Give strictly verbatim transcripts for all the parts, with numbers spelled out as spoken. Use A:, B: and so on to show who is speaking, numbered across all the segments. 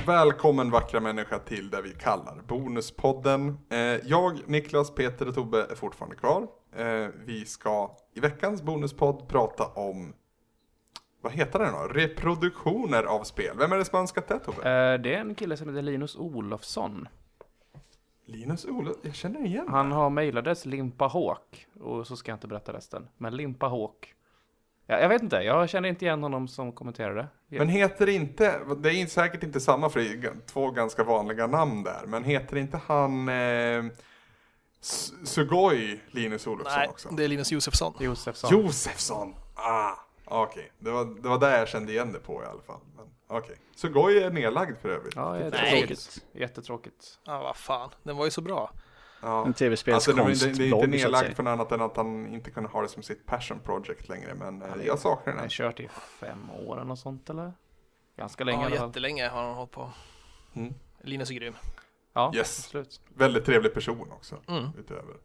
A: välkommen vackra människa till det vi kallar Bonuspodden. Eh, jag, Niklas, Peter och Tobbe är fortfarande kvar. Eh, vi ska i veckans Bonuspodd prata om, vad heter det då? Reproduktioner av spel. Vem är det som har önskat det, Tobbe?
B: Eh, det är en kille som heter Linus Olofsson.
A: Linus Olofsson, jag känner igen
B: Han
A: det.
B: har mejlades Limpa Hawk. Och så ska jag inte berätta resten. Men Limpa Hawk. Ja, jag vet inte, jag känner inte igen honom som kommenterade.
A: Men heter inte, det är säkert inte samma för det är två ganska vanliga namn där. Men heter inte han eh, Sugoi Linus Olofsson
C: Nej,
A: också?
C: det är Linus Josefsson.
B: Josefsson.
A: Josefsson! Ah, okej. Okay. Det, var, det var där jag kände igen det på i alla fall. Okej. Okay. Sugoi är nedlagd för övrigt.
B: Ja,
C: Nej.
B: jättetråkigt. Jättetråkigt.
C: Ja, vad fan. Den var ju så bra.
A: Ja.
D: En tv-spelskonstblogg,
A: alltså, det, det, det är inte
D: så att
A: nedlagd
D: säga.
A: för något annat än att han inte kunde ha det som sitt passion project längre. Men eh, jag saknar
B: Han
A: den.
B: har kört i fem år och sånt, eller? Ganska länge
C: Ja,
B: i alla fall.
C: jättelänge har han hållit på.
A: Mm.
C: Linus är grym.
B: Ja,
A: Yes.
B: absolut.
A: Väldigt trevlig person också.
C: Mm.
A: Utöver.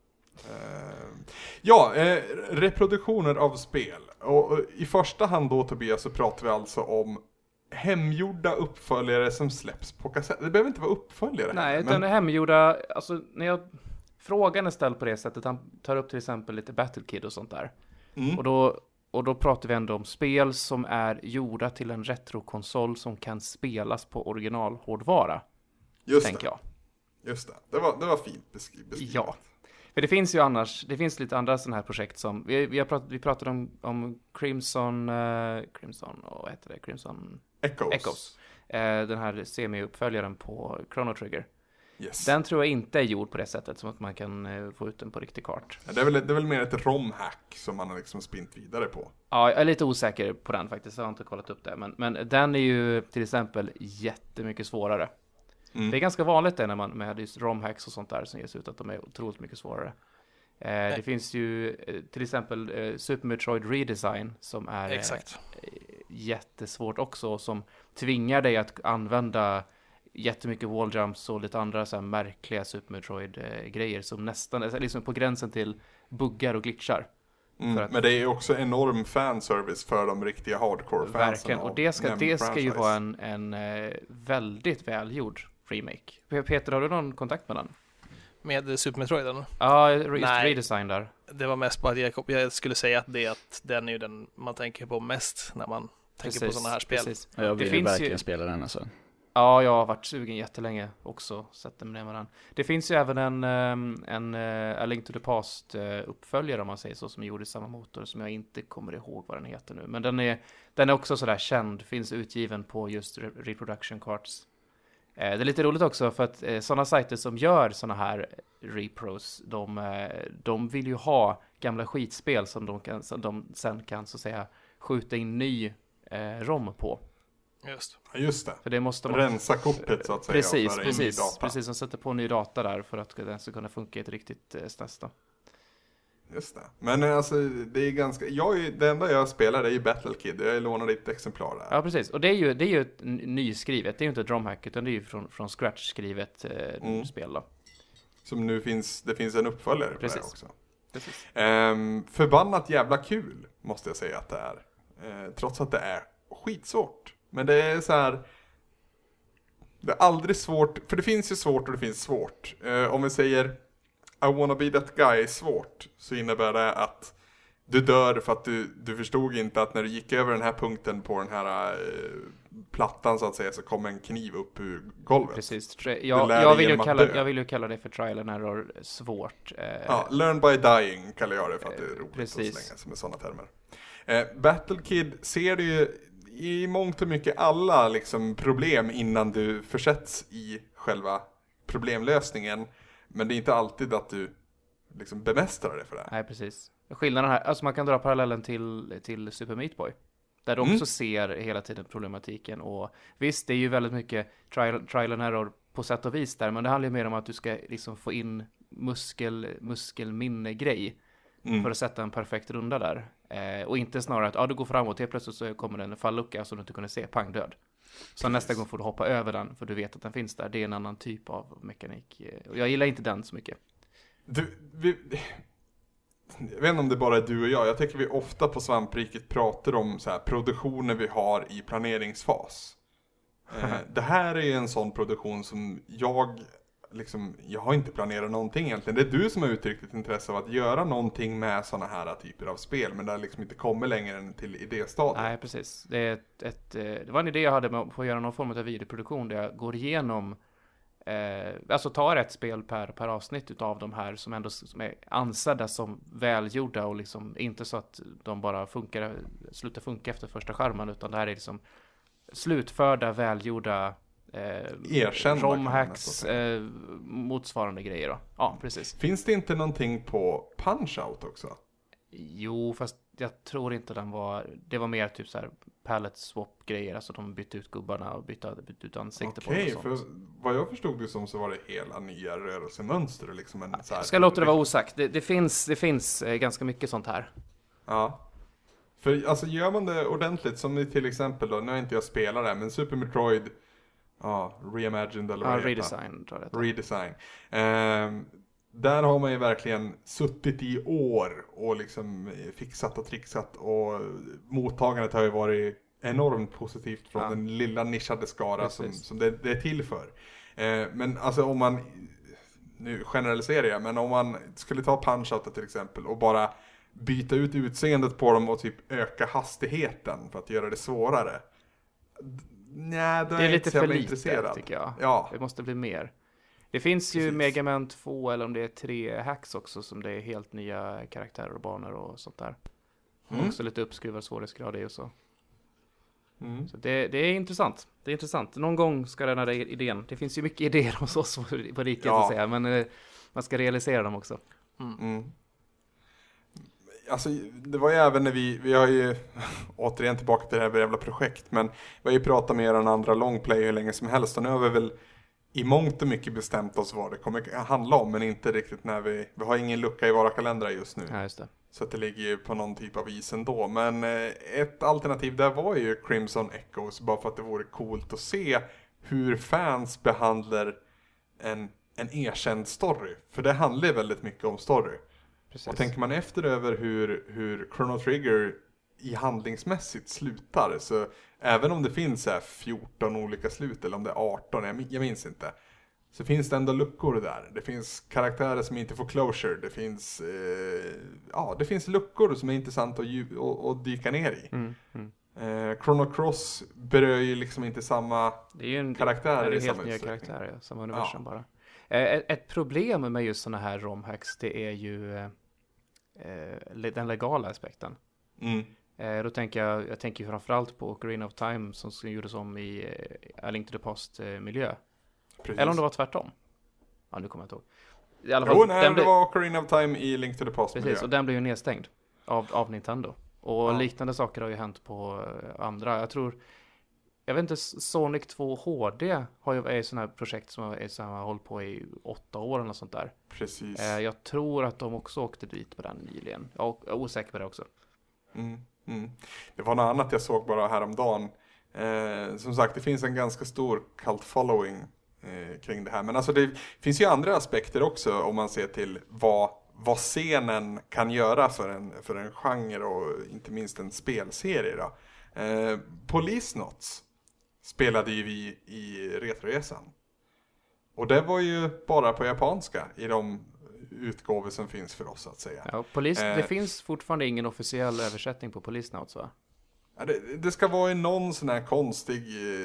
A: Eh, ja, eh, reproduktioner av spel. Och, och i första hand då, Tobias, så pratar vi alltså om hemgjorda uppföljare som släpps på kassett. Det behöver inte vara uppföljare.
B: Nej,
A: här,
B: utan
A: men...
B: är hemgjorda, alltså när jag, frågan är ställd på det sättet, han tar upp till exempel lite Battlekid och sånt där.
A: Mm.
B: Och då, och då pratar vi ändå om spel som är gjorda till en retrokonsol som kan spelas på originalhårdvara,
A: Just
B: tänker
A: det.
B: jag.
A: Just det. Det var, det var fint beskri- beskrivet.
B: Ja. För det finns ju annars, det finns lite andra sådana här projekt som, vi, vi, har pratat, vi pratade om, om Crimson, uh, Crimson, och vad heter det? Crimson
A: Echoes.
B: Echoes. Uh, den här semi-uppföljaren på Chrono Trigger.
A: Yes.
B: Den tror jag inte är gjord på det sättet som att man kan uh, få ut den på riktig kart.
A: Ja, det, är väl, det är väl mer ett rom-hack som man har liksom spint vidare på.
B: Ja, jag är lite osäker på den faktiskt, jag har inte kollat upp det. Men, men den är ju till exempel jättemycket svårare.
A: Mm.
B: Det är ganska vanligt det när man med just romhacks och sånt där som ges ut att de är otroligt mycket svårare. Eh, det finns ju eh, till exempel eh, Super Metroid Redesign som är
C: Exakt.
B: Eh, jättesvårt också, som tvingar dig att använda jättemycket walljumps och lite andra så här märkliga Super Metroid-grejer som nästan är liksom på gränsen till buggar och glitchar.
A: Mm,
B: För att-
A: men det är också enorm fanservice för de riktiga hardcore-fansen.
B: Verkligen, och det ska,
A: av
B: det ska ju
A: franchise.
B: vara en, en eh, väldigt välgjord remake. Pe- Peter, har du någon kontakt med den?
C: Med Super Metroiden.
B: Ja, re-
C: Nej.
B: redesign där.
C: Det var mest bara att jag, jag skulle säga att det är att den är ju den man tänker på mest när man tänker på sådana här spel.
B: Precis.
D: Ja, jag
B: Det
D: vill
B: finns
D: verkligen
B: ju-
D: spela den alltså.
B: Ja, jag har varit sugen jättelänge också. Sätter mig ner med den. Det finns ju även en, ehm, en uh, A Link to the Past uh, uppföljare, om man säger så, som gjorde samma motor, som jag inte kommer ihåg vad den heter nu. Men den är, den är också sådär känd, finns utgiven på just re- reproduction cards. Eh, det är lite roligt också för att eh, sådana sajter som gör sådana här repros, de, eh, de vill ju ha gamla skitspel som de, kan, som de sen kan så att säga skjuta in ny eh, rom på.
C: Just.
A: Ja, just det.
B: För det måste man...
A: Rensa kortet så att säga.
B: Precis,
A: och föra in ny
B: precis.
A: data.
B: Precis, som sätter på ny data där för att den ska kunna funka i ett riktigt eh, S N E S då.
A: Just det. Men eh, alltså, det är ganska... Jag är, det enda jag spelar är ju Battlekid. Jag lånar ditt exemplar där.
B: Ja, precis. Och det är ju, det är ju ett n- nyskrivet. Det är ju inte ett romhack, utan det är ju från, från scratch skrivet eh,
A: Mm.
B: spel då.
A: Som nu finns... Det finns en uppföljare på
B: Precis.
A: det också.
B: Precis.
A: Ehm, förbannat jävla kul, måste jag säga att det är. Eh, trots att det är skitsvårt. Men det är så här... Det är aldrig svårt... För det finns ju svårt och det finns svårt. Eh, om vi säger I wanna be that guy är svårt, så innebär det att du dör för att du, du förstod inte att när du gick över den här punkten på den här eh, plattan så att säga, så kom en kniv upp ur golvet.
B: Precis. Tra-
A: Det
B: jag,
A: lär
B: jag,
A: dig
B: vill ju
A: genom att
B: kalla,
A: dö.
B: jag vill ju kalla det för trial and error svårt. Eh,
A: Ja, learn by dying kallar jag det för att det är roligt
B: Precis.
A: att slänga sig med sådana termer. Eh, Battlekid ser du ju i mångt och mycket alla liksom problem innan du försätts i själva problemlösningen. Men det är inte alltid att du liksom bemästrar det för det.
B: Nej, precis. Skillnaden här, alltså man kan dra parallellen till, till Super Meat Boy. Där du också
A: Mm.
B: ser hela tiden problematiken. Och visst, det är ju väldigt mycket trial, trial and error på sätt och vis där. Men det handlar ju mer om att du ska liksom få in muskel, muskelminne-grej.
A: Mm.
B: För att sätta en perfekt runda där. Eh, och inte snarare att ja, du går framåt, helt plötsligt så kommer det en fallucka som du inte kunde se, pang död. Så
A: Precis.
B: nästa gång får du hoppa över den, för du vet att den finns där. Det är en annan typ av mekanik. Och jag gillar inte den så mycket.
A: Du, vi, jag vet inte om det bara är du och jag. Jag tycker vi ofta på Svampriket pratar om så här produktioner vi har i planeringsfas. Eh, det här är ju en sån produktion som jag liksom, jag har inte planerat någonting egentligen. Det är du som har uttryckt ett intresse av att göra någonting med såna här typer av spel, men det har liksom inte kommit längre än till idéstadiet.
B: Nej, precis. Det, är ett, ett, eh, det var en idé jag hade med att göra någon form av videoproduktion där jag går igenom, eh, alltså tar ett spel per, per avsnitt utav de här som ändå som är ansedda som välgjorda och liksom inte så att de bara funkar, slutar funka efter första skärmen, utan det här är liksom slutförda, välgjorda Eh, romhacks, eh, motsvarande grejer då. Ja, precis.
A: Finns det inte någonting på Punch-Out också?
B: Jo, fast jag tror inte den var, det var mer typ så här palette swap grejer, alltså de bytte ut gubbarna och bytte, bytte ut ansikte på dem.
A: Okej, för vad jag förstod det som så var det hela nya rörelsemönster och liksom en så här...
B: Jag ska låta det vara osagt. Det, det finns, det finns eh, ganska mycket sånt här.
A: Ja. För alltså gör man det ordentligt, som till exempel då, nu har inte jag spelat det, men Super Metroid, ja, reimagined eller
B: ja,
A: vad
B: redesign tror jag det
A: Redesign. Ehm, där har man ju verkligen suttit i år och liksom fixat och trixat, och mottagandet har ju varit enormt positivt från ja. den lilla nischade skara som, som det, det är till för. Ehm, men alltså om man, nu generaliserar jag, men om man skulle ta Punch-Out till exempel och bara byta ut utseendet på dem och typ öka hastigheten för att göra det svårare. Nej,
B: det är, är lite för lite tycker jag. Ja. Det måste bli mer. Det finns ju Mega Man två eller om det är tre hacks också som det är helt nya karaktärer och banor och sånt där. Mm. Också lite uppskruvad svårighetsgrad i och så. Mm. Så det, det är intressant. Det är intressant. Någon gång ska den här idén, det finns ju mycket idéer hos oss på riket ja. att säga, men eh, man ska realisera dem också.
A: Mm. Mm. Alltså, det var ju även när vi, vi har ju återigen tillbaka till det här jävla projekt, men vi har ju pratat med er andra longplay hur länge som helst, och nu har vi väl i mångt och mycket bestämt oss vad det kommer handla om, men inte riktigt när vi, vi har ingen lucka i våra kalendrar just nu.
B: Ja, just det.
A: Så att det ligger ju på någon typ av is ändå, men ett alternativ där var ju Crimson Echoes, bara för att det vore coolt att se hur fans behandlar en, en erkänd story, för det handlar ju väldigt mycket om story. Precis. Och tänker man efter över hur, hur Chrono Trigger i handlingsmässigt slutar, så även om det finns så här fjorton olika slut, eller om det är arton, jag, jag minns inte, så finns det ändå luckor där. Det finns karaktärer som inte får closure, det finns eh, ja, det finns luckor som är intressant att, att, att dyka ner i. Mm, mm. Eh, Chrono Cross berör ju liksom inte samma
B: det är ju en,
A: karaktärer
B: det är
A: i
B: helt
A: samma
B: nya
A: utsträckning.
B: karaktärer, samma universum ja. bara. Eh, ett problem med just såna här romhacks, det är ju eh, den legala aspekten. Mm. Eh, då tänker jag, jag tänker framförallt på Ocarina of Time som gjordes om i eh, A Link to the Past eh, miljö. Precis. Eller om det var tvärtom. Ja, nu kommer jag inte ihåg. I alla fall,
A: jo, nej, det blev... var Ocarina of Time i Link to the Past
B: Precis,
A: miljö.
B: och den blev ju nedstängd av, av Nintendo. Och ja. liknande saker har ju hänt på eh, andra. Jag tror, jag vet inte, Sonic två H D har ju, är sådana här projekt som är så här, har hållit på i åtta år eller sånt där.
A: Precis.
B: Eh, jag tror att de också åkte dit på den nyligen. Jag är osäker på det också.
A: Mm, mm. Det var något annat jag såg bara häromdagen. Eh, som sagt, det finns en ganska stor cult following eh, kring det här. Men alltså det finns ju andra aspekter också om man ser till vad, vad scenen kan göra för en, för en genre och inte minst en spelserie då. Eh, Policenauts spelade ju vi i Retroresan. Och det var ju bara på japanska i de utgåvor som finns för oss att säga.
B: Ja, polis, eh, det finns fortfarande ingen officiell översättning på Policenauts va?
A: Ja, det, det ska vara i någon sån här konstig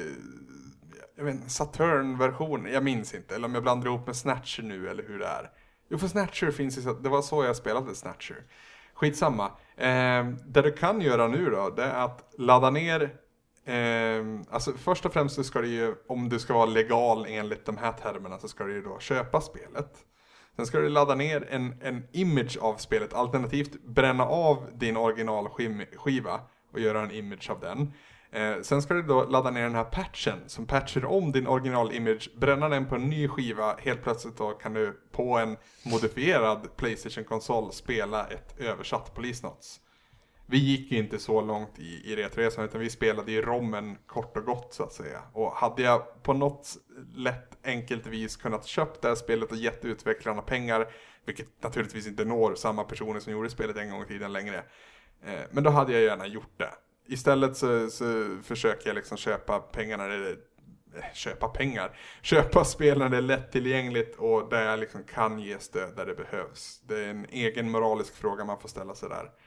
A: jag vet, Saturn-version. Jag minns inte. Eller om jag blandar ihop med Snatcher nu eller hur det är. Jo, för Snatcher finns ju, det var så jag spelade Snatcher. Skitsamma. Eh, det du kan göra nu då, det är att ladda ner Eh, alltså först och främst så ska det ju, om du ska vara legal enligt de här termerna, så ska du ju då köpa spelet. Sen ska du ladda ner en, en image av spelet, alternativt bränna av din originalskiva och göra en image av den. Eh, sen ska du då ladda ner den här patchen som patchar om din originalimage, bränna den på en ny skiva. Helt plötsligt då kan du på en modifierad PlayStation-konsol spela ett översatt Policenauts. Vi gick ju inte så långt i, i Retroresan, utan vi spelade i rommen kort och gott så att säga. Och hade jag på något lätt enkelt vis kunnat köpa det här spelet och gett utvecklarna pengar, vilket naturligtvis inte når samma personer som gjorde spelet en gång i tiden längre. Eh, men då hade jag gärna gjort det. Istället så, så försöker jag liksom köpa pengarna när det köpa pengar. Köpa spel när det är lättillgängligt och där jag liksom kan ge stöd där det behövs. Det är en egen moralisk fråga man får ställa sig där.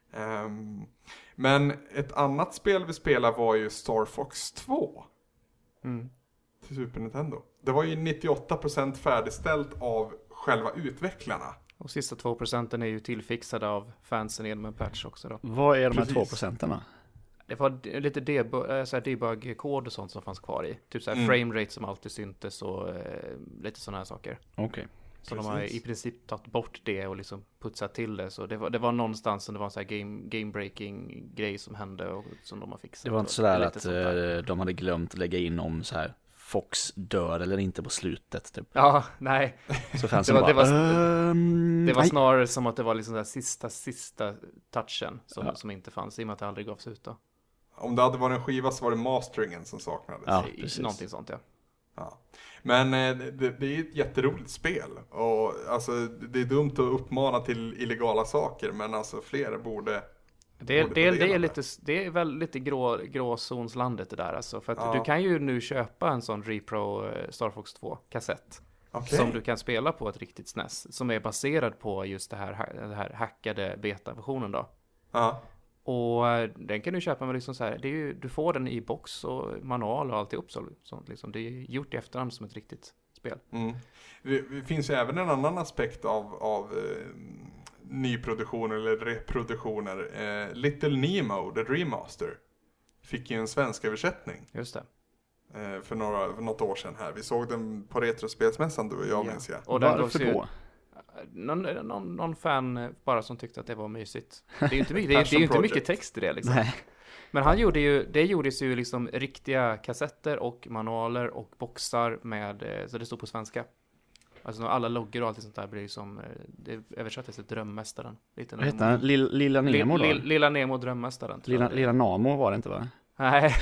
A: Um, men ett annat spel vi spelade var ju Star Fox två.
B: Mm.
A: Till Super Nintendo. Det var ju nittioåtta procent färdigställt av själva utvecklarna.
B: Och sista två procenten är ju tillfixade av fansen genom en patch också då.
D: Vad är de här
A: Precis.
D: två procenten?
B: Det var d- lite debug- äh, så här debug-kod och sånt som fanns kvar i. Typ så här
A: Mm.
B: framerate som alltid syntes och eh, lite sådana här saker.
D: Okej. Okay.
B: Så de har i princip tagit bort det och liksom putsat till det. Så det var, det var någonstans som det var en sån här game, game-breaking grej som hände och som de har fixat.
D: Det var inte
B: och
D: sådär
B: lite
D: att
B: sånt där.
D: eh, de hade glömt lägga in om så här Fox dör eller inte på slutet typ.
B: Ja, nej.
D: Så fanns
B: Det
D: det
B: var-
D: bara,
B: det var-
D: ehm,
B: Det var
D: nej.
B: snarare som att det var liksom den sista, sista touchen som,
D: Ja.
B: som inte fanns i och med att det aldrig gavs ut då.
A: Om det hade varit en skiva så var det masteringen som saknades.
D: Ja,
B: I-
D: precis.
B: Någonting sånt, ja.
A: Ja. Men eh, det, det är ett jätteroligt spel. Och alltså, det är dumt att uppmana till illegala saker. Men alltså fler borde...
B: Det,
A: borde
B: det,
A: få
B: det,
A: del
B: är
A: av
B: lite, det är väl lite grå, gråzonslandet det där alltså. För att
A: Ja.
B: du kan ju nu köpa en sån Repro eh, Star Fox två-kassett.
A: Okej.
B: Som du kan spela på ett riktigt S N E S. Som är baserad på just det här, det här hackade beta-versionen då.
A: Ja.
B: Och eh, den kan du köpa med liksom så här. Det är ju, du får den i box och manual och alltihop. Så, sånt liksom. Det är gjort i efterhand som ett riktigt spel.
A: Mm. Det, det finns ju även en annan aspekt av, av eh, nyproduktioner eller reproduktioner. Eh, Little Nemo, The Remaster, fick ju en svensk översättning
B: Just det.
A: eh, för, några, för något år sedan här. Vi såg den på Retrospelsmässan, du och jag
B: Ja.
A: minns jag.
B: Och den
D: Varför
B: gavs ju-
D: då?
B: Någon, någon, någon fan eh, bara som tyckte att det var mysigt. Det är ju inte, mycket, det är, det är
A: Passion
B: ju inte mycket
A: project.
B: text i det liksom.
D: Nej.
B: Men han gjorde ju, det gjordes ju liksom riktiga kassetter och manualer och boxar med, eh, så det stod på svenska. Alltså alla loggor och allt sånt där blir ju som, eh, det översattes till Drömmästaren. Lite
D: Vad heter han? Lill, Lilla Nemo då?
B: Lill, Lilla Nemo Drömmästaren. tror
D: Lilla,
B: jag det är.
D: Lilla Namo var det inte va?
B: Nej.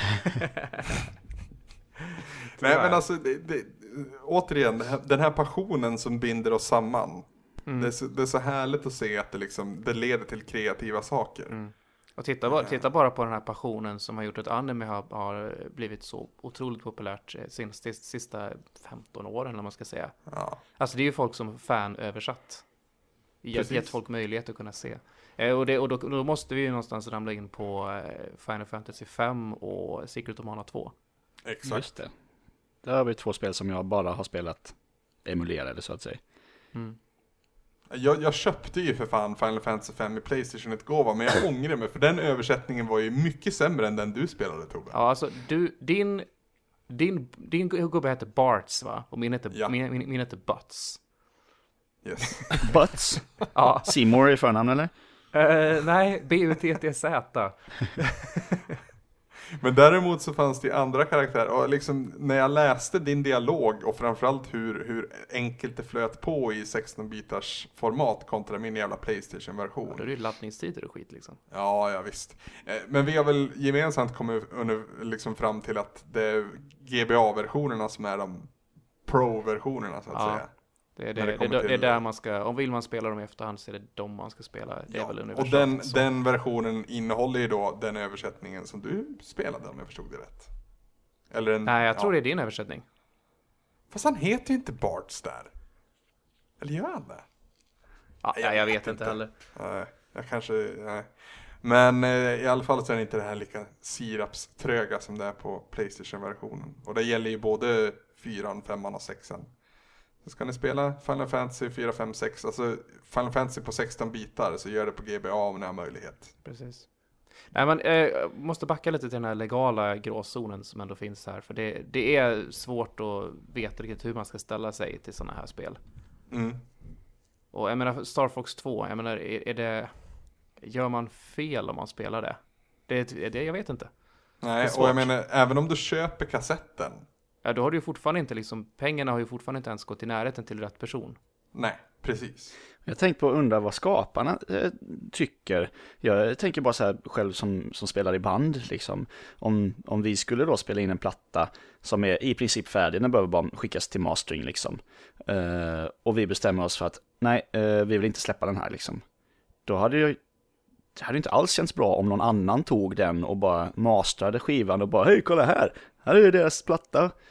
A: Nej men alltså, det, det, återigen, det här- den här passionen som binder oss samman.
B: Mm.
A: Det, är så, det är så härligt att se att det, liksom, det leder till kreativa saker.
B: Mm. Och titta bara, titta bara på den här passionen som har gjort att anime har, har blivit så otroligt populärt eh, sista, sista femton åren, eller vad man ska säga.
A: Ja.
B: Alltså det är ju folk som fan översatt. Gett,
A: Precis.
B: gett folk möjlighet att kunna se. Eh, och det, och då, då måste vi ju någonstans ramla in på eh, Final Fantasy fem och Secret of Mana två.
A: Exakt.
D: Just det. Där har vi två spel som jag bara har spelat emulerade så att säga.
B: Mm.
A: Jag, jag köpte ju för fan Final Fantasy fem i PlayStation ett-gåva, men jag ångrar mig för den översättningen var ju mycket sämre än den du spelade, Tobbe.
B: Ja, alltså du, din, din, din gubbe heter Barts va? Och min heter,
A: Ja.
B: min, min, min heter Butts.
A: Yes.
D: Butts.
B: Ja.
D: Seymour i förnamn eller?
B: Uh, nej, B U T T Z.
A: Men däremot så fanns det ju andra karaktärer. Och liksom när jag läste din dialog och framförallt hur, hur enkelt det flöt på i sexton-bitars format kontra min jävla PlayStation-version.
B: Då är det ju laddningstider och skit liksom.
A: Ja, ja visst. Eh, Men vi har väl gemensamt kommit under, liksom fram till att det är G B A-versionerna som är de Pro-versionerna så att
B: Ja.
A: säga.
B: Det är, det,
A: När det
B: det,
A: kommer
B: det, det är
A: till-
B: där man ska, om vill man spela dem i efterhand så är det de man ska spela. Det är
A: Ja,
B: väl
A: och
B: universalt.
A: den,
B: så.
A: den versionen innehåller ju då den översättningen som du spelade, om jag förstod det rätt. Eller en,
B: Nej, jag tror
A: ja.
B: det är din översättning.
A: Fast han heter ju inte Barts där. Eller gör han det?
B: Ja,
A: Jag
B: jag, jag
A: vet
B: vet inte
A: inte.
B: heller.
A: Nej, jag kanske, nej. Men eh, i alla fall så är det inte det här lika sirapströga som det är på PlayStation-versionen. Och det gäller ju både fyran, femman och sexan. Så ska ni spela Final Fantasy fyra, fem, sex, alltså Final Fantasy på sexton bitar, så gör det på G B A om ni har möjlighet.
B: Precis. Nej, men eh, jag måste backa lite till den här legala gråzonen som ändå finns här. För det, det är svårt att veta riktigt hur man ska ställa sig till sådana här spel.
A: Mm.
B: Och jag menar, Star Fox två, jag menar, är, är det... Gör man fel om man spelar det? Det, det jag vet inte. Det
A: Nej,
B: är
A: och
B: svårt.
A: jag menar, även om du köper kassetten,
B: Ja, då har du ju fortfarande inte liksom... Pengarna har ju fortfarande inte ens gått i närheten till rätt person.
A: nej, precis.
D: Jag tänkte på att undra vad skaparna eh, tycker. Jag tänker bara så här själv som, som spelar i band. Liksom. Om, om vi skulle då spela in en platta som är i princip färdig, den behöver bara skickas till mastering. Liksom. Eh, och vi bestämmer oss för att nej, eh, vi vill inte släppa den här. Liksom. Då hade jag, det hade inte alls känts bra om någon annan tog den och bara masterade skivan och bara hej, kolla här, här är deras platta.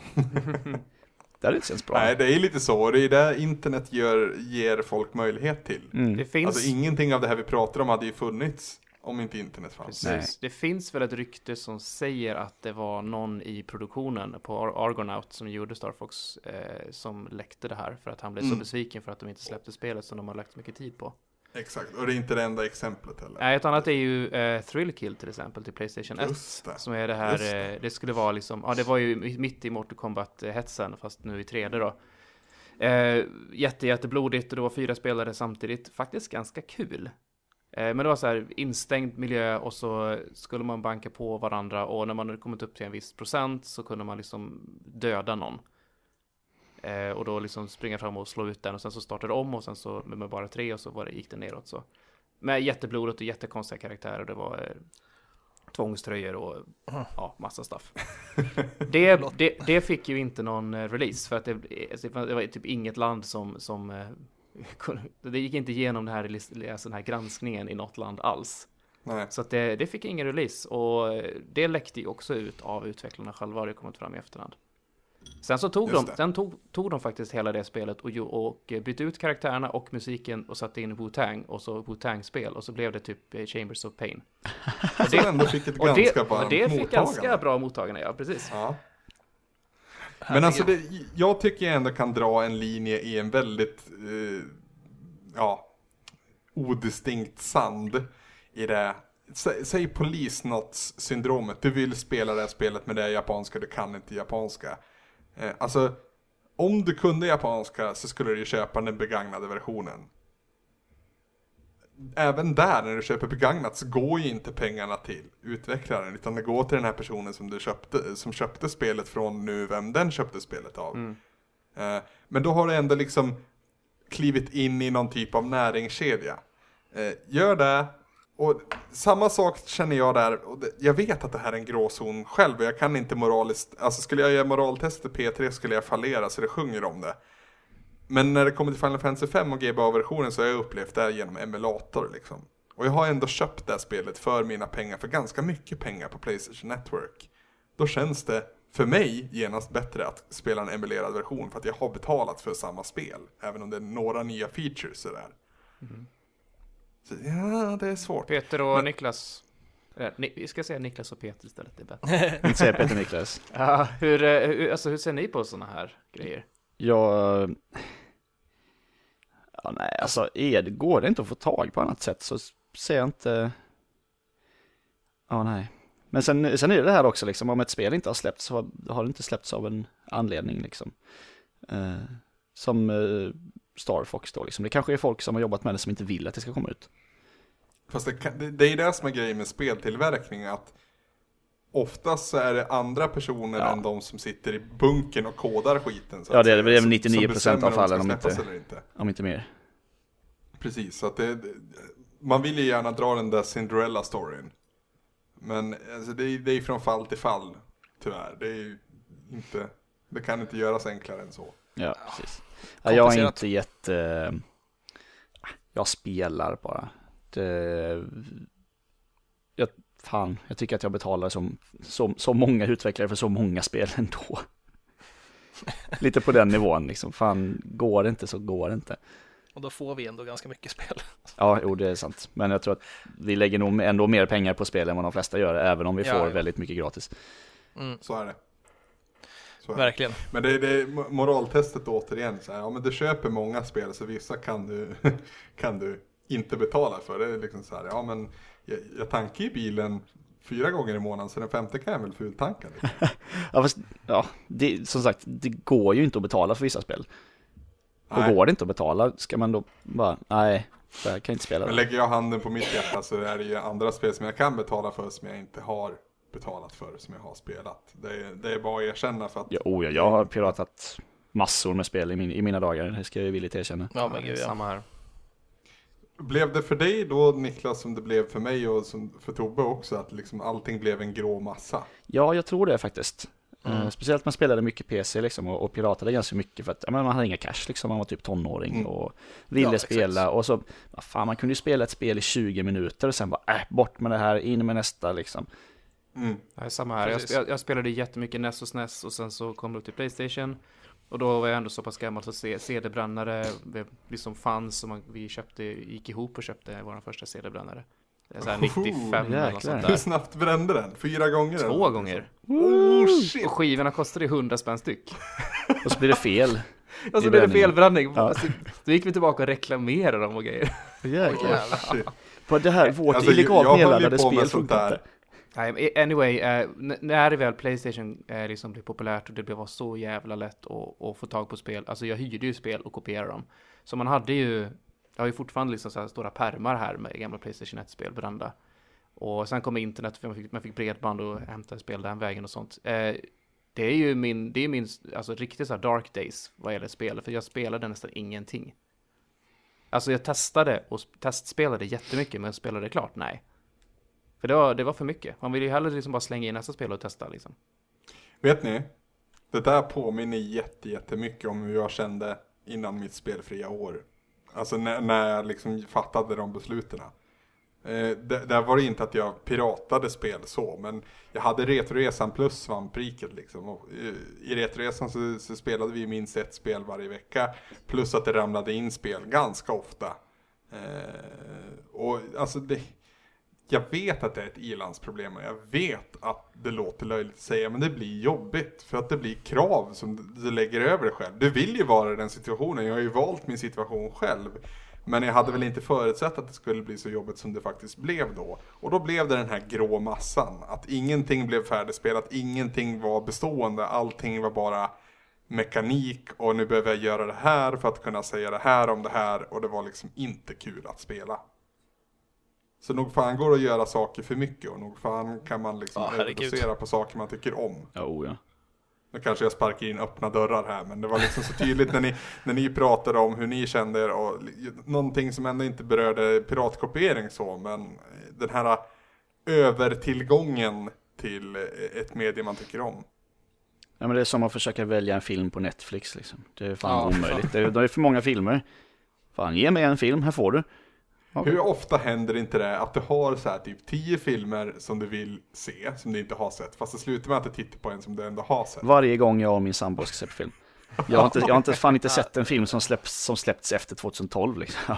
D: Det hade inte känts bra.
A: Nej, det är lite så. Det är det internet gör, ger folk möjlighet till.
D: Mm.
B: Det finns...
A: Alltså ingenting av det här vi pratar om hade ju funnits om inte internet fanns.
B: Precis. Det finns väl ett rykte som säger att det var någon i produktionen på Ar- Argonaut som gjorde Star Fox eh, som läckte det här för att han blev
A: Mm.
B: så besviken för att de inte släppte spelet som de har lagt så mycket tid på.
A: Exakt, och det är inte det enda exemplet heller.
B: Nej, ett annat är ju eh, Thrill-Kill till exempel till PlayStation
A: Just
B: ett.
A: det.
B: Som är det här,
A: Just det.
B: eh, det skulle vara liksom, ja det var ju mitt i Mortal Kombat-hetsen fast nu i tre D då. Eh, jätte, jätteblodigt och det var fyra spelare samtidigt. Faktiskt ganska kul. Eh, men det var så här instängd miljö och så skulle man banka på varandra och när man hade kommit upp till en viss procent så kunde man liksom döda någon. Eh, och då liksom springa fram och slå ut den och sen så startade det om och sen så med bara tre och så var det, gick det neråt så. Med jätteblodigt och jättekonstiga karaktärer. Det var eh, tvångströjor och ja, massa stuff. det, det, det fick ju inte någon eh, release för att det, det var typ inget land som, som eh, det gick inte igenom den här, den här granskningen i något land alls.
A: Nej.
B: Så att det, det fick ingen release och det läckte ju också ut av utvecklarna själva och det kommit fram i efterhand. Sen så tog
A: Just
B: de,
A: det.
B: sen tog, tog de faktiskt hela det spelet och, och bytte ut karaktärerna och musiken och satte in Wu-Tang och så Wu-Tang-spel och så blev det typ eh, Chambers of Pain.
A: Och det ändå fick ett
B: Och
A: ganska
B: det,
A: varmt
B: och det fick
A: mottagande.
B: ganska bra mottagande, ja precis.
A: Ja. Men alltså, det, jag tycker jag ändå kan dra en linje i en väldigt eh, ja, odistinkt sand i det. Sä, säg polisnots-syndromet. Du vill spela det här spelet med det japanska, du kan inte japanska. Eh, alltså, om du kunde japanska så skulle du ju köpa den begagnade versionen. Även där, när du köper begagnat, så går ju inte pengarna till utvecklaren, utan det går till den här personen som du köpte, som köpte spelet från nu, vem den köpte spelet av.
B: Mm.
A: Eh, men då har du ändå liksom klivit in i någon typ av näringskedja. Eh, gör det. Och samma sak känner jag där, och det, jag vet att det här är en gråzon själv och jag kan inte moraliskt, alltså skulle jag göra moraltest i P tre skulle jag fallera så det sjunger om det. Men när det kommer till Final Fantasy fem och G B A-versionen så har jag upplevt det här genom emulator liksom. Och jag har ändå köpt det här spelet för mina pengar, för ganska mycket pengar på PlayStation Network. Då känns det för mig genast bättre att spela en emulerad version för att jag har betalat för samma spel, även om det är några nya features sådär. Mm. Så, ja, det är svårt.
B: Peter och
A: Men-
B: Niklas. Eh, Ni, vi ska säga Niklas och Peter istället, det är bättre.
D: Inte säga Peter Niklas.
B: Ja, hur, eh, hur, alltså, hur ser ni på såna här grejer?
D: Jag... Ja, nej, alltså är det, går det inte att få tag på annat sätt så ser jag inte... Ja, nej. Men sen, sen är det det här också, liksom, om ett spel inte har släppts så har, har det inte släppts av en anledning. Liksom. Eh, som eh, Star Fox då. Liksom. Det kanske är folk som har jobbat med det som inte vill att det ska komma ut.
A: Fast det, kan, det, det är det som är grejen med speltillverkning, att oftast så är det andra personer
D: Ja.
A: än de som sitter i bunken och kodar skiten. Så
D: Ja,
A: att
D: det är-
A: säga,
D: det är
A: som-
D: nittionio
A: som
D: procent av
A: bestämmer
D: fallen
A: om
D: om
A: det ska
D: inte-
A: släppas eller inte.
D: Om inte mer.
A: Precis, så att det, det, man vill ju gärna dra den där Cinderella-storyn. Men alltså, det, är, det är från fall till fall, tyvärr. Det är ju inte, det kan inte göras enklare än så.
D: Ja, precis. Ja, jag är
C: Komplicerat.
D: inte jätte... Jag spelar bara. Det... Jag, fan, jag tycker att jag betalar som, så, så många utvecklare för så många spel ändå. Lite på den nivån liksom. Fan, går det inte så går det inte.
C: Och då får vi ändå ganska mycket spel.
D: Ja, jo, det är sant. Men jag tror att vi lägger nog ändå mer pengar på spel än vad de flesta gör, även om vi
C: Ja,
D: får
C: ja.
D: väldigt mycket gratis.
C: Mm,
A: Så är det. Så är det.
C: verkligen.
A: Men det är, det är moraltestet återigen. Så här, ja, men du köper många spel så vissa kan du, kan du inte betala för. Det är liksom så här, ja men jag, jag tankar ju bilen fyra gånger i månaden så den femte kan jag väl fultanka. Liksom.
D: Ja, fast, ja det, som sagt, det går ju inte att betala för vissa spel. Och
A: Nej.
D: går det inte att betala, ska man då bara, nej, så jag kan inte spela
A: Men
D: det.
A: lägger jag handen på mitt hjärta så är det ju andra spel som jag kan betala för som jag inte har betalat för, som jag har spelat. Det är, det är bara att erkänna för att
D: Ja, oh, ja, jag har piratat massor med spel i, min, i mina dagar, det ska jag villigt erkänna.
C: Ja, men gud, ja.
B: Samma här.
A: blev det för dig då, Niklas, som det blev för mig och som för Tobbe också, att liksom allting blev en grå massa?
D: Ja, jag tror det faktiskt.
C: Mm.
D: Uh, speciellt man spelade mycket P C liksom, och, och piratade ganska mycket för att ja, men man hade inga cash liksom, man var typ tonåring
A: Mm.
D: och ville
C: Ja,
D: spela
C: exakt.
D: och så, vad fan, man kunde ju spela ett spel i tjugo minuter och sen bara, äh, bort med det här, in med nästa liksom.
A: Mm.
B: Det är samma här. Jag,
C: Precis.
B: jag, jag spelade jättemycket N E S och S N E S och sen så kom det upp till PlayStation. Och då var jag ändå så pass gammal så C- C D-brännare liksom fanns och man, vi köpte, gick ihop och köpte vår första C D-brännare. Det är så här nittiofem eller något sånt
A: Hur
B: där.
A: snabbt brände den? Fyra gånger?
B: Två
A: eller?
B: gånger.
A: Oh shit!
B: Och skivorna kostade hundra spänn styck.
D: Och så blir det fel.
B: Och så
D: I
B: blev det
D: bränning.
B: felbränning.
D: Ja.
B: Alltså, då gick vi tillbaka och reklamerade dem och grejer.
D: Jäklar.
A: Shit.
D: På det här, vårt
A: Alltså,
D: illegalt
A: jag höll ju
D: nedladdade
A: på med
D: spel
A: sånt
D: funkar
A: där.
D: inte.
B: Nej, anyway, eh, n- när det väl PlayStation eh, liksom blev populärt och det blev så jävla lätt att, att få tag på spel. Alltså jag hyrde ju spel och kopierade dem. Så man hade ju, jag har ju fortfarande liksom så här stora pärmar här med gamla PlayStation ett-spel brända. Och sen kom internet, för man fick, man fick bredband och hämtade spel den vägen och sånt. Eh, det är ju min, det är min alltså, riktigt så här dark days vad gäller spel. För jag spelade nästan ingenting. Alltså jag testade och sp- testspelade jättemycket, men spelade klart? Nej. För det var, det var för mycket. Man vill ju hellre liksom bara slänga in nästa spel och testa liksom.
A: Vet ni? Det där påminner jätte, jättemycket om hur jag kände innan mitt spelfria år. Alltså när, när jag liksom fattade de besluten. Eh, det, där var det inte att jag piratade spel så, men jag hade Retroresan plus svampriket liksom. Och, eh, I Retroresan så, så spelade vi minst ett spel varje vecka. Plus att det ramlade in spel ganska ofta. Eh, och alltså det... Jag vet att det är ett ilandsproblem och jag vet att det låter löjligt att säga, men det blir jobbigt för att det blir krav som du, du lägger över dig själv. Du vill ju vara i den situationen, jag har ju valt min situation själv. Men jag hade väl inte förutsett att det skulle bli så jobbigt som det faktiskt blev då. Och då blev det den här grå massan, att ingenting blev färdigspelat, ingenting var bestående, allting var bara mekanik och nu behöver jag göra det här för att kunna säga det här om det här, och det var liksom inte kul att spela. Så nog fan går det att göra saker för mycket och nog fan kan man liksom
C: Ja, herregud.
A: överdosera på saker man tycker om.
D: Ja, oh, ja.
A: Nu kanske jag sparkar in öppna dörrar här, men det var liksom så tydligt när ni, när ni pratade om hur ni kände er och någonting som ändå inte berörde piratkopiering så, men den här övertillgången till ett medie man tycker om.
D: Ja, men det är som att försöka välja en film på Netflix liksom. Det är fan
C: Ja.
D: omöjligt. Det är, det är för många filmer. Fan, ge mig en film, här får du. Ja.
A: Hur ofta händer inte det att du har så här typ tio filmer som du vill se, som du inte har sett, fast det slutar med att du tittar på en som du ändå har sett?
D: Varje gång jag och min sambo ska se på film. Jag har inte, jag har inte, fan inte sett en film som släpps, som släppts efter tjugohundratolv liksom.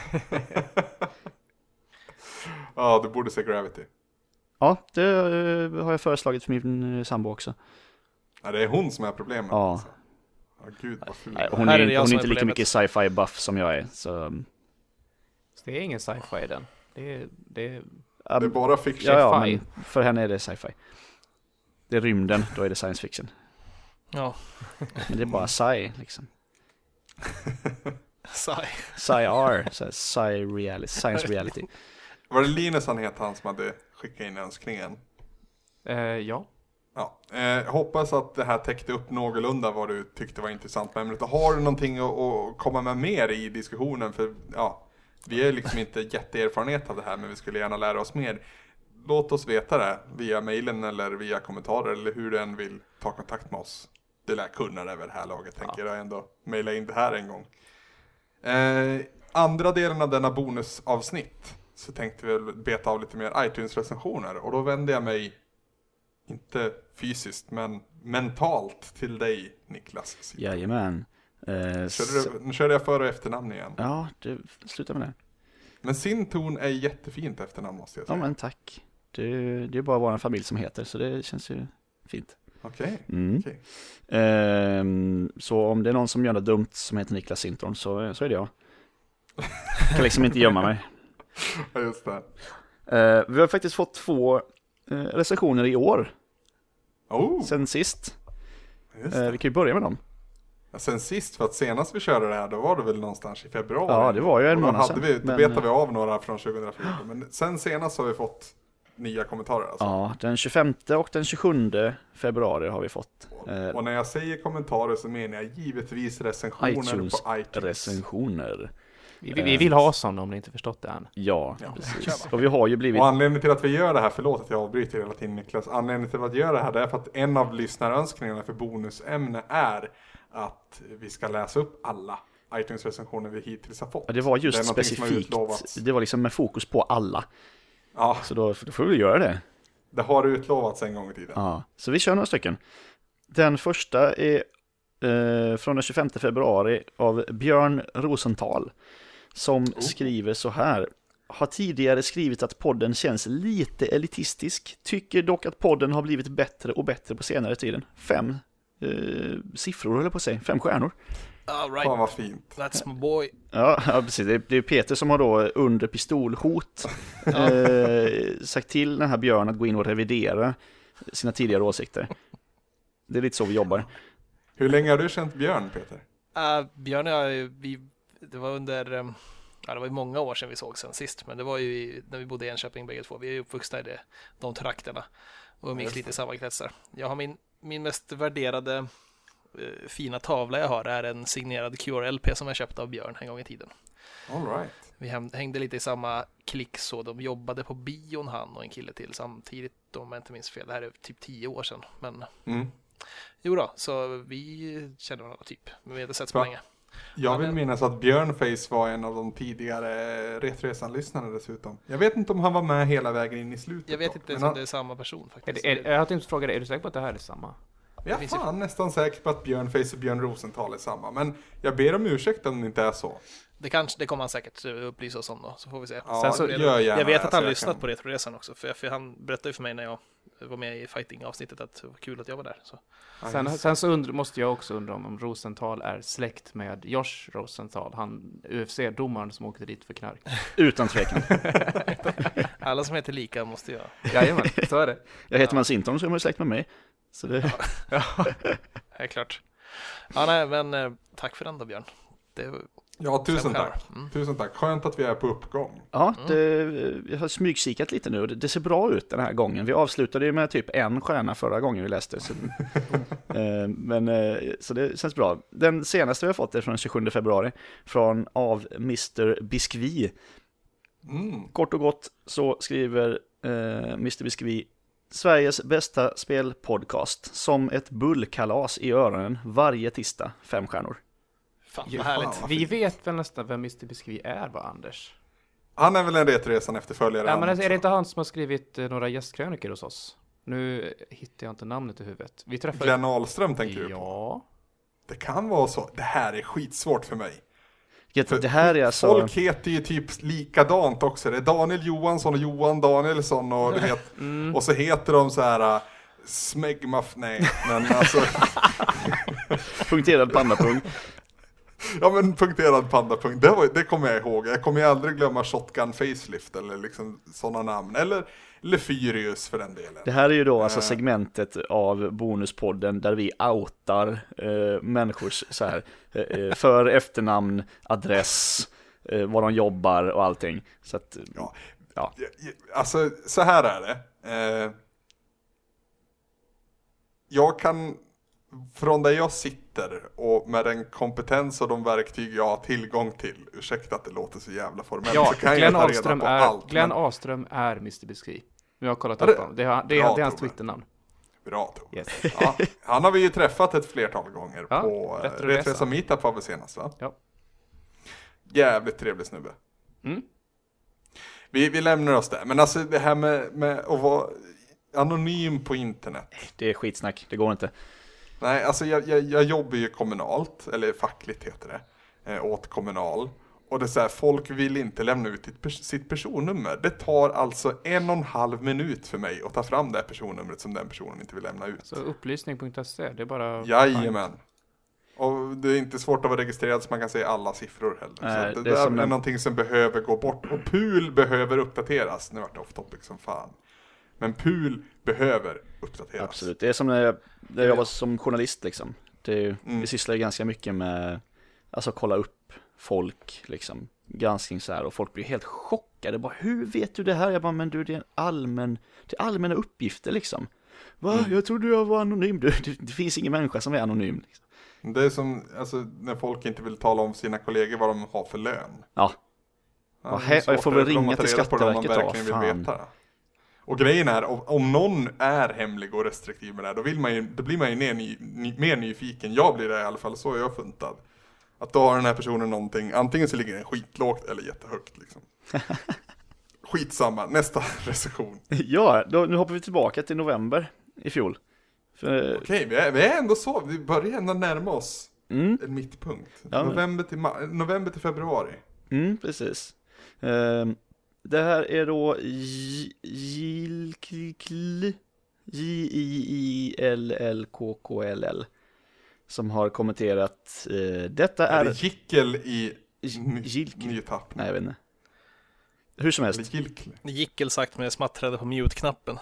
A: Ja, du borde se Gravity.
D: Ja, det eh, har jag föreslagit för min eh, sambo också.
A: Ja, det är hon som är problemet.
D: Ja.
A: Alltså. Ja, gud vad ful.
D: Nej, hon
C: Här
D: är,
C: är det jag
D: hon är
C: som
D: inte
C: är
D: lika
C: problemet.
D: mycket sci-fi buff som jag är. Så,
B: Så det är ingen sci-fi i den. Det är, det är,
A: Det är bara fiction.
D: ja, ja,
B: sci-fi.
D: men för henne är det sci-fi. Det är rymden, då är det science fiction.
C: Ja,
D: Men det är bara sci liksom.
C: sci.
D: Sci-R, så här, sci-reality, science reality.
A: Var det Linus han heter, han som hade skickat in önskningen?
B: eh, ja.
A: Ja, eh, hoppas att det här täckte upp någorlunda vad du tyckte var intressant med ämnet. Har du någonting att, att komma med mer i diskussionen? För ja, vi är liksom inte jätteerfarenhet av det här, men vi skulle gärna lära oss mer. Låt oss veta det via mejlen eller via kommentarer eller hur du än vill ta kontakt med oss. Du lär kunna det över det här laget, tänker jag ändå mejla in det här en gång. Eh, andra delen av denna bonusavsnitt så tänkte vi väl beta av lite mer iTunes-recensioner, och då vänder jag mig inte fysiskt, men mentalt till dig, Niklas.
D: Jajamän. Eh, så,
A: Körde du, nu körde jag för- och efternamn igen.
D: ja, det, sluta med det.
A: Men sin ton är jättefint efternamn, måste jag
D: Ja,
A: säga.
D: men tack. Det, det är bara vår familj som heter, så det känns ju fint.
A: Okej.
D: Mm.
A: Okej.
D: Ehm, så om det är någon som gör något dumt som heter Niklas Sintorn, så, så är det jag. Jag kan liksom inte gömma mig.
A: Ja, just det.
D: Eh, vi har faktiskt fått två eh, recensioner i år,
A: Oh,
D: sen sist.
A: just
D: Eh,
A: det.
D: vi kan ju börja med dem.
A: Ja, sen sist, för att senast vi körde det här, då var det väl någonstans i februari.
D: Ja, det var ju en
A: Och då
D: månad
A: hade
D: sedan,
A: vi, Då
D: men-
A: betade vi av några från tjugohundrafjorton. Men sen senast har vi fått nya kommentarer. Alltså.
D: Ja, den tjugofemte och den tjugosjunde februari har vi fått eh,
A: Och när jag säger kommentarer så menar jag givetvis recensioner
D: iTunes
A: på iTunes.
D: recensioner.
B: Vi, vi, vi vill ha sådana om ni inte förstått det än.
D: Ja,
A: Ja,
D: precis. Och vi har ju blivit...
A: Och anledningen till att vi gör det här, förlåt att jag avbryter hela tiden Niklas, anledningen till att göra det här, det är för att en av lyssnarönskningarna för bonusämne är att vi ska läsa upp alla iTunes-recensioner vi hittills har fått.
D: Ja, det var just
A: Det är någonting som har
D: specifikt,
A: utlovats.
D: det var liksom med fokus på alla.
A: Ja,
D: Så då, då får vi göra det.
A: Det har utlovats en gång i tiden.
D: Ja, så vi kör några stycken. Den första är eh, från den tjugofemte februari av Björn Rosenthal som
A: Oh.
D: skriver så här. Har tidigare skrivit att podden känns lite elitistisk. Tycker dock att podden har blivit bättre och bättre på senare tiden. Fem eh, siffror håller jag på att säga. Fem stjärnor.
C: All right.
A: Fan vad fint.
C: That's my boy.
D: Ja, ja precis. Det är, det är Peter som har då under pistolhot eh, sagt till den här Björn att gå in och revidera sina tidigare åsikter. Det är lite så vi jobbar.
A: Hur länge har du känt Björn, Peter?
C: Uh, Björn och jag, vi, det var under, um, ja, det var ju många år sedan vi såg sen sist, men det var ju i, när vi bodde i Enköping bägge två. Vi är ju uppvuxna i det, de trakterna och umgicks lite i samma kretsar. Jag har min, min mest värderade uh, fina tavla jag har är en signerad Q R L P som jag köpte av Björn en gång i tiden.
A: All right.
C: Vi hängde lite i samma klick så, de jobbade på bion han och en kille till samtidigt, om jag inte minns fel. Det här är typ tio år sedan, men
A: Mm.
C: jo då, så vi känner varandra typ, men vi har inte sett så
A: Va?
C: länge.
A: Jag vill
C: men-
A: minnas att Björnface var en av de tidigare Retresan-lyssnarna dessutom. Jag vet inte om han var med hela vägen in i slutet.
C: Jag vet
A: dock,
C: inte
A: men
C: ens om
A: han-
C: det är samma person
B: Är
C: faktiskt.
B: det, är, jag tänkte fråga dig, är du säker på att det här är samma?
A: Jag är
C: finns ju-
A: fan nästan säker på att Björnface och Björn Rosenthal är samma. Men jag ber om ursäkt om det inte är så.
C: Det, kanske, det kommer han säkert upplysa oss om då, så får vi se.
A: Ja,
B: Sen så-
A: gör gärna
C: Jag vet
A: det,
C: att han
A: så jag
C: lyssnat
A: kan-
C: på Retroresan också, för, för han berättade ju för mig när jag var med i fighting-avsnittet att det var kul att jag var där. Så.
A: Ja,
B: Sen,
A: just-
B: sen så undr, måste jag också undra om, om Rosenthal är släkt med Josh Rosenthal, han U F C-domaren som åkte dit för knark.
D: Utan tvekan.
C: Alla som heter lika måste jag.
B: Jajamän, så är det.
D: Jag heter Mats Sinton så är man släkt med mig. Så det...
C: Det är klart. Ja, nej, men eh, tack för den då, Björn. Det,
A: Ja, tusen
C: fem
A: tack.
C: stjärnor. Mm.
A: Tusen tack. Skönt att vi är på uppgång.
D: Ja, det, jag har smygkikat lite nu och det, det ser bra ut den här gången. Vi avslutade ju med typ en stjärna förra gången vi läste. Så, eh, men, eh, så det känns bra. Den senaste vi har fått är från den tjugosjunde februari från av mister Biscuit.
A: Mm.
D: Kort och gott så skriver eh, mister Biscuit: Sveriges bästa spelpodcast, som ett bullkalas i öronen varje tisdag, fem stjärnor.
C: Fan,
B: Ja,
C: vad härligt.
A: fan.
B: Vi vet väl nästan vem mister Biscuit är, va, Anders?
A: Han är väl en Retresan efterföljare.
B: Ja,
A: han
B: men är
A: också.
B: det inte han som har skrivit eh, några gästkrönikor hos oss? Nu hittar jag inte namnet i huvudet. Vi träffade...
A: Glenn Ahlström tänker du på.
B: Ja.
A: Det kan vara så. Det här är skitsvårt för mig.
D: Det, det här är alltså...
A: Folk heter ju typ likadant också. Det är Daniel Johansson och Johan Danielsson och du vet.
B: Mm.
A: Och så heter de så här uh, Smegmaf, nej. Men alltså,
D: Punkterad pandapunkt.
A: ja men punkterad pandapunkt. Det, var, det kommer jag ihåg. Jag kommer ju aldrig glömma Shotgun Facelift eller liksom sådana namn. Eller Lefyrius för den delen.
D: Det här är ju då alltså
A: Eh.
D: segmentet av Bonuspodden där vi outar eh, människors så här, eh, för efternamn, adress, eh, var de jobbar och allting. Så att,
A: Ja.
D: ja.
A: Ja, ja, Alltså, så här är det. Eh, jag kan, från där jag sitter och med den kompetens och de verktyg jag har tillgång till, ursäkta att det låter så jävla formellt,
B: Ja,
A: så kan
B: Glenn
A: jag ta reda
B: Ahlström
A: på
B: är,
A: allt.
B: Glenn
A: men,
B: Ahlström är mister Biscuit. Nu har jag kollat
A: Ja,
B: upp
A: det-
B: honom. Det är, det är,
A: bra,
B: det är hans
A: Tove.
B: Twitternamn.
A: bra Tove.
B: Yes.
A: Ja, han har vi ju träffat ett flertal gånger
B: Ja,
A: på
B: Retroresa.
A: uh, Retresa Meetup var vi senast, va?
B: Ja.
A: Jävligt trevlig snubbe.
B: Mm.
A: Vi, vi lämnar oss där. Men alltså det här med, med att vara anonym på internet.
D: Det är skitsnack, det går inte.
A: Nej, alltså jag, jag, jag jobbar ju kommunalt, eller fackligt heter det, eh, åt Kommunal. Och det är så här, folk vill inte lämna ut sitt, pers- sitt personnummer. Det tar alltså en och en halv minut för mig att ta fram det här personnumret som den personen inte vill lämna ut.
B: Så upplysning punkt se, det är bara...
A: Jajamän. Och det är inte svårt att vara registrerad så man kan se alla siffror heller.
D: Nej,
A: så det,
D: det är
A: det är,
D: som en-
A: någonting som behöver gå bort. Och P U L behöver uppdateras. Nu vart det off topic som fan. Men P U L behöver uppdateras.
D: Absolut, det är som när jag, när jag var som journalist liksom. Det är, ju-
A: Mm.
D: Vi sysslar ju ganska mycket med, alltså kolla upp folk liksom, granskning så här, och folk blir helt chockade. Bara, hur vet du det här? Jag bara, men du, det är en allmän, det är allmänna uppgifter liksom. Va?
A: Mm.
D: Jag trodde jag var anonym. Du, det, det finns ingen människa som är anonym. Liksom.
A: Det är som alltså, när folk inte vill tala om för sina kollegor vad de har för lön.
D: Ja.
A: Ja,
D: Och
A: det är
D: he-
A: svårt
D: jag får väl
A: för dem
D: ringa
A: att ta
D: till
A: reda på det om man
D: Skatteverket då,
A: verkligen vill
D: fan.
A: veta. Och grejen är, om, om någon är hemlig och restriktiv med det här, då, vill man ju, då blir man ju ner, ny, ny, mer nyfiken. Jag blir det i alla fall, så är jag funtad. Att då har den här personen någonting, antingen så ligger den skitlågt eller jättehögt liksom. skitsamma, nästa recension.
D: Ja, då, nu hoppar vi tillbaka till november i fjol. För,
A: Okej, vi är, vi är ändå så, vi börjar ändå närma oss
D: mm,
A: en mittpunkt.
D: Ja.
A: November, till ma- november till februari.
D: mm, precis. Ehm, det här är då Jilkl J I I L L K K L L som har kommenterat eh, detta
A: Är
D: är...
A: det Jickel i
D: J- Jilk?
A: ny tapp?
D: Nej, jag vet inte. Hur som helst.
A: Eller Jilkl.
C: Jickel sagt men jag smattrade på mute-knappen.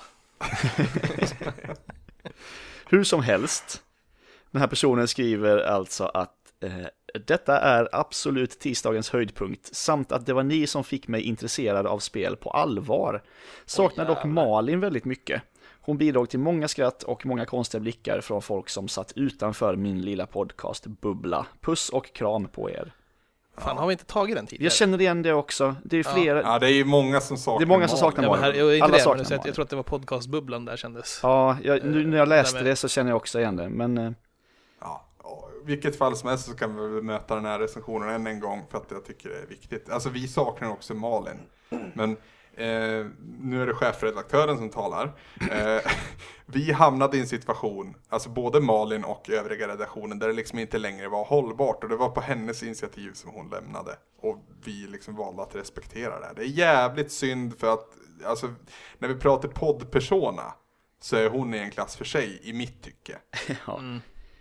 D: Hur som helst. Den här personen skriver alltså att eh, detta är absolut tisdagens höjdpunkt samt att det var ni som fick mig intresserad av spel på allvar. Saknar
C: Oj,
D: dock
C: jävlar.
D: Malin väldigt mycket. Hon bidrog till många skratt och många konstiga blickar från folk som satt utanför min lilla podcast-bubbla. Puss och kram på er.
C: Fan, har vi inte tagit den tidigare?
D: Jag känner igen det också. Det är
C: Ja.
D: flera...
A: Ja, det är ju många som saknar
D: Det är många som
A: Malin.
D: saknar
C: Ja, men här,
D: Malin.
C: jag, är inte
D: Alla
C: det,
D: saknar
C: men så jag,
D: Malin.
C: jag tror att det var podcastbubblan där kändes.
D: Ja, jag, nu när jag läste
C: Där med-
D: det så känner jag också igen det. Men eh,
A: Ja, och i vilket fall som helst så kan vi väl möta den här recensionen än en gång för att jag tycker det är viktigt. Alltså vi saknar också Malin. Men eh, nu är det chefredaktören som talar. Eh, vi hamnade i en situation, alltså både Malin och övriga redaktionen, där det liksom inte längre var hållbart. Och det var på hennes initiativ som hon lämnade. Och vi liksom valde att respektera det. Det är jävligt synd för att, alltså när vi pratar poddpersona så är hon i en klass för sig i mitt tycke.
D: ja.
C: Mm.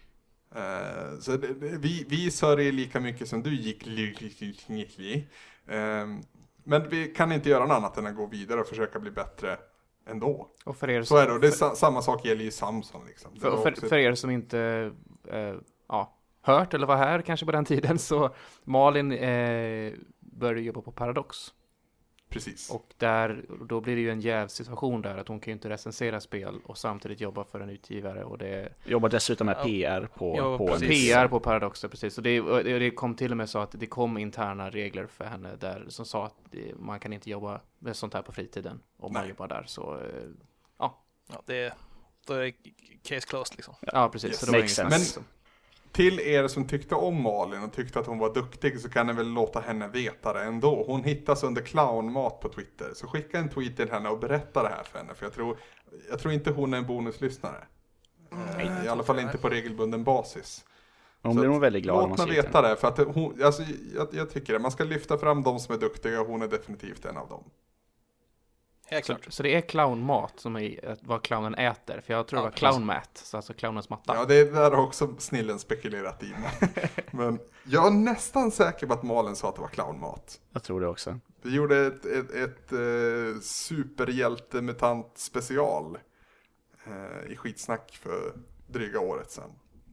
A: Uh, så det, det, vi, vi sörjer lika mycket som du gick uh, men vi kan inte göra något annat än att gå vidare och försöka bli bättre ändå.
B: Och för er,
A: Så är det, och det är sa, samma sak gäller ju Samson liksom. Det
B: för,
A: var
B: för,
A: också-
B: för er som inte eh, ja, hört eller var här kanske på den tiden, så Malin eh, började jobba på Paradox.
A: Precis.
B: Och där, då blir det ju en jäv situation där att hon kan ju inte recensera spel och samtidigt jobba för en utgivare, och det
D: Jobbar dessutom med
C: Ja.
D: P R på,
C: Ja,
D: på en
C: precis.
B: P R på Paradox, ja, precis. Och det, och det kom till och med så att det kom interna regler för henne där som sa att det, man kan inte jobba med sånt här på fritiden om man
A: Nej.
B: jobbar där. Så eh,
C: Ja, det, då är det case closed liksom.
B: ja, precis.
A: Yes.
B: Så det var
D: Makes
B: inget
D: sense.
B: snack, liksom.
A: Till er som tyckte om Malin och tyckte att hon var duktig så kan ni väl låta henne veta det ändå. Hon hittas under clownmat på Twitter. Så skicka en tweet till henne och berätta det här för henne. För jag tror, jag tror inte hon är en bonuslyssnare.
C: Nej,
A: Eh, I
C: jag
A: alla
C: tror
A: fall
C: inte
A: inte på regelbunden basis.
D: Hon
A: Så
D: blir
A: att
D: nog väldigt glad om
A: Låt
D: man
A: mig
D: ser
A: veta
D: det.
A: det. För att hon, alltså, jag, jag tycker det. Man ska lyfta fram de som är duktiga och hon är definitivt en av dem.
C: Helt
B: Så,
C: klart.
B: så det är clownmat som är eh, vad clownen äter. För jag tror
C: Ja,
B: det var clownmat, så alltså clownens matta.
A: Ja, det där har också snillen spekulerat i. Men jag är nästan säker på att Malin sa att det var clownmat.
D: Jag tror det också.
A: Vi gjorde ett, ett, ett, eh, superhjältemutant special eh, i skitsnack för dryga året sedan.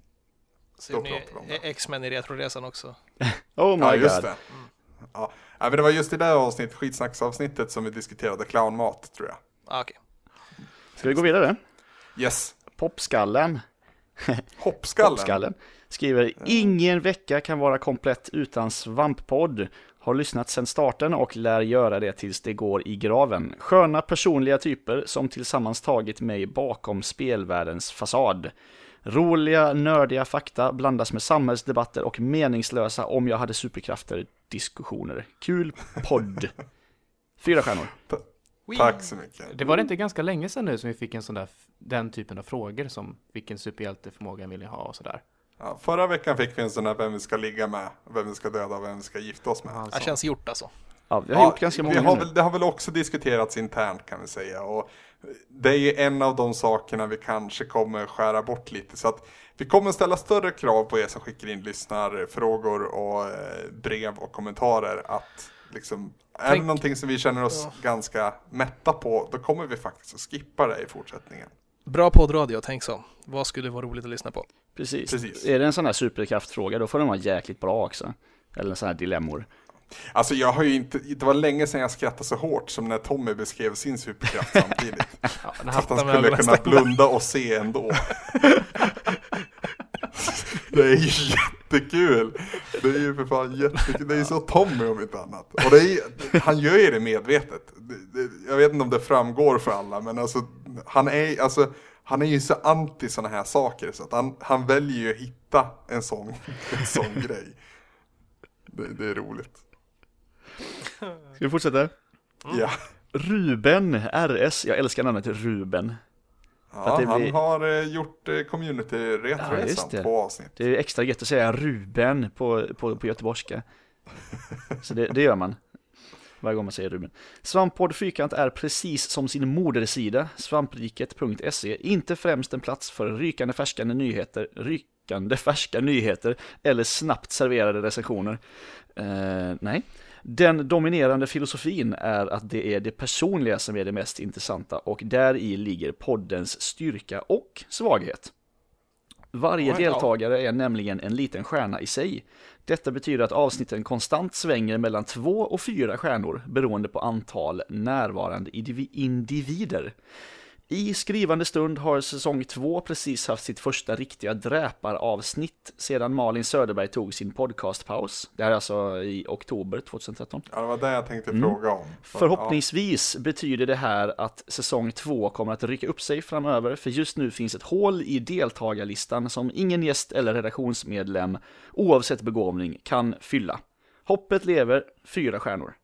C: Så
A: Då
C: gjorde
A: pratar vi om
C: ni
A: det.
C: X-Men i Retroresan också.
D: Oh my
A: Ja, just
D: god.
A: det. Ja. Ja, men det var just i det här avsnitt, skitsnacksavsnittet, som vi diskuterade clownmat, tror jag.
C: Ah, okej.
D: Ska vi gå vidare?
A: Yes.
D: Popskallen.
A: Hoppskallen.
D: Popskallen skriver: ingen vecka kan vara komplett utan Svamppodd. Har lyssnat sedan starten och lär göra det tills det går i graven. Sköna personliga typer som tillsammans tagit mig bakom spelvärldens fasad. Roliga, nördiga fakta blandas med samhällsdebatter och meningslösa om jag hade superkrafter diskussioner. Kul podd. Fyra stjärnor.
A: Tack så mycket.
B: Det var det inte ganska länge sedan nu som vi fick en sån där, den typen av frågor som vilken superhjälteförmåga vill ni ha och sådär.
A: Ja, förra veckan fick vi en sån här vem vi ska ligga med, vem vi ska döda och vem vi ska gifta oss med.
B: Alltså,
C: Det känns gjort alltså.
D: Ja, vi har gjort ganska många
A: vi har
D: nu.
A: väl, det har väl också diskuterats internt, kan vi säga. Och det är ju en av de sakerna vi kanske kommer skära bort lite. Så att vi kommer ställa större krav på er som skickar in lyssnarfrågor och eh, brev och kommentarer. Att liksom, är
C: Tänk-
A: det någonting som vi känner oss
C: Ja.
A: ganska mätta på, då kommer vi faktiskt att skippa det i fortsättningen.
C: Bra poddradio, tänk så. Vad skulle vara roligt att lyssna på?
D: Precis.
A: Precis.
D: Är det en sån här superkraftfråga, då får den vara jäkligt bra också. Eller en sån här dilemmor.
A: Alltså jag har ju inte, det var länge sedan jag skrattade så hårt som när Tommy beskrev sin superkraft samtidigt.
B: ja, den
A: Att han
C: Hatta med
A: skulle
C: ögonen
A: kunna
C: stängda.
A: blunda och se ändå. Det är ju jättekul. Det är ju för fan jättekul. Det är ju så Tommy om inte annat. Och det är, han gör ju det medvetet. Det, det, jag vet inte om det framgår för alla, men alltså han är, alltså, han är ju så anti såna här saker så att han, han väljer ju att hitta en sån, en sån grej. Det, det är roligt.
D: Ska vi fortsätta?
A: Ja.
D: Ruben R S, jag älskar namnet Ruben.
A: Ja,
D: det
A: han
D: blir...
A: har eh, gjort eh, community-retresan
D: ja,
A: på avsnitt.
D: Det är extra gött att säga Ruben på, på, på göteborgska. Så det, det gör man varje gång man säger Ruben. Svamppodd Fyrkant är precis som sin modersida, svampriket punkt se, inte främst en plats för rykande färskande nyheter, rykande färska nyheter eller snabbt serverade recensioner. Uh, nej. Den dominerande filosofin är att det är det personliga som är det mest intressanta och där i ligger poddens styrka och svaghet. Varje deltagare är nämligen en liten stjärna i sig. Detta betyder att avsnitten konstant svänger mellan två och fyra stjärnor beroende på antal närvarande individer. I skrivande stund har säsong två precis haft sitt första riktiga dräparavsnitt sedan Malin Söderberg tog sin podcastpaus. Det här är alltså i oktober tjugohundratretton.
A: Ja, det var det jag tänkte
D: Mm.
A: fråga om. För,
D: Förhoppningsvis ja. betyder det här att säsong två kommer att rycka upp sig framöver, för just nu finns ett hål i deltagarlistan som ingen gäst eller redaktionsmedlem, oavsett begåvning, kan fylla. Hoppet lever, fyra stjärnor.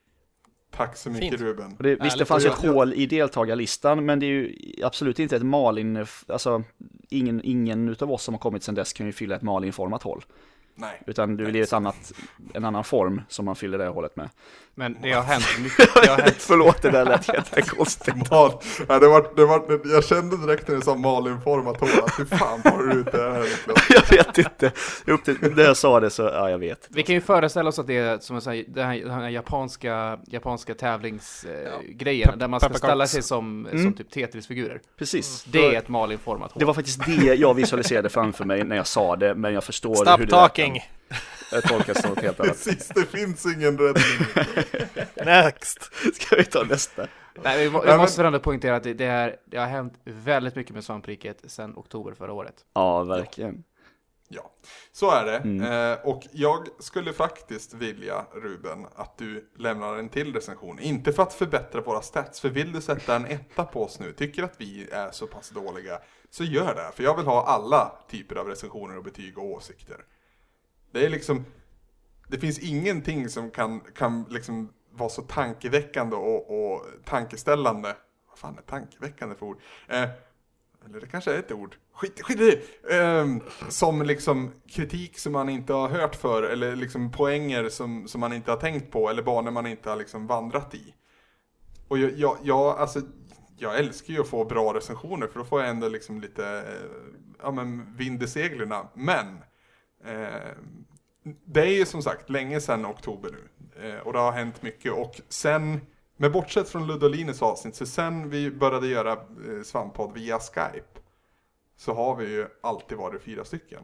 A: Tack så mycket. Fint. Ruben.
D: Och det, visst, det fanns ju ett hål i deltagarlistan, men det är ju absolut inte ett Malin, alltså ingen, ingen utav oss som har kommit sedan dess kan ju fylla ett Malin-format hål.
A: Nej.
D: Utan du vill ge ett annat, en annan form som man fyller det hålet med.
B: Men det har hänt mycket. Det har hänt.
D: Förlåt, det där lät jättekonstigt.
A: Mal, ja, det var, det var, jag kände direkt när du sa Malin-format hål att hur fan har du ut det här?
D: Jag vet inte. Upp till, när jag sa det så, ja jag vet.
B: Vi kan ju föreställa oss att det är som jag säger, den här, den här japanska, japanska tävlingsgrejen eh, ja. där man ska ställa sig som, mm. som typ Tetris-figurer.
D: Precis.
B: Det är ett Malin-format hål.
D: Det var faktiskt det jag visualiserade framför mig när jag sa det, men jag förstår
C: Stop
D: hur det
C: talking.
D: Jag tolkar som helt annat.
A: Precis, det finns ingen räddning.
C: Next.
D: Ska vi ta nästa?
B: Nej, vi, må, vi måste ändå poängtera att det, det, är, det har hänt väldigt mycket med svampriket sedan oktober förra året.
D: Ja, verkligen.
A: Ja, så är det.
D: Mm.
A: Eh, och jag skulle faktiskt vilja, Ruben, att du lämnar en till recension. Inte för att förbättra våra stats, för vill du sätta en etta på oss nu, tycker att vi är så pass dåliga, så gör det. För jag vill ha alla typer av recensioner och betyg och åsikter. Det är liksom, det finns ingenting som kan, kan liksom vara så tankeväckande och, och tankeställande. Vad fan är tankeväckande för ord? Eh, eller det kanske är ett ord. Skit, skit i det! Eh, som liksom kritik som man inte har hört för. Eller liksom poänger som, som man inte har tänkt på. Eller banor man inte har liksom vandrat i. Och jag, jag, jag, alltså, jag älskar ju att få bra recensioner. För då får jag ändå liksom lite eh, ja, men vind i seglerna. Men eh, det är ju som sagt länge sedan oktober nu. Eh, och det har hänt mycket. Och sen, med bortsett från Ludolines avsnitt, så sen vi började göra eh, Svamppodd via Skype, så har vi ju alltid varit fyra stycken.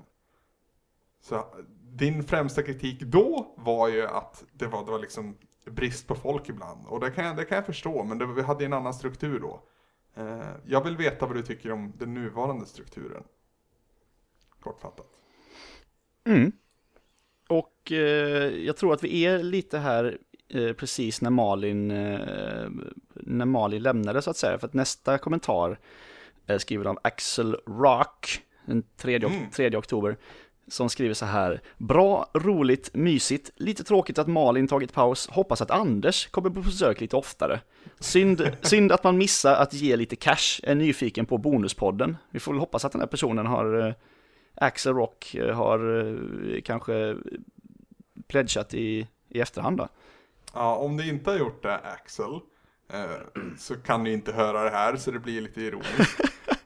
A: Så din främsta kritik då var ju att det var, det var liksom brist på folk ibland. Och det kan jag, det kan jag förstå, men det, vi hade en annan struktur då. Eh, jag vill veta vad du tycker om den nuvarande strukturen. Kortfattat.
D: Mm. Och eh, jag tror att vi är lite här eh, precis när Malin eh, när Malin lämnade så att säga. För att nästa kommentar är skriven av Axel Rock den tredje, mm. tredje oktober. Som skriver så här: bra, roligt, mysigt, lite tråkigt att Malin tagit paus, hoppas att Anders kommer på besök lite oftare. Synd, synd att man missar att ge lite cash, är nyfiken på bonuspodden. Vi får väl hoppas att den här personen har eh, Axel Rock har eh, kanske pledgat i, i efterhand då.
A: Ja, om du inte har gjort det, Axel, eh, så kan du inte höra det här, så det blir lite ironiskt.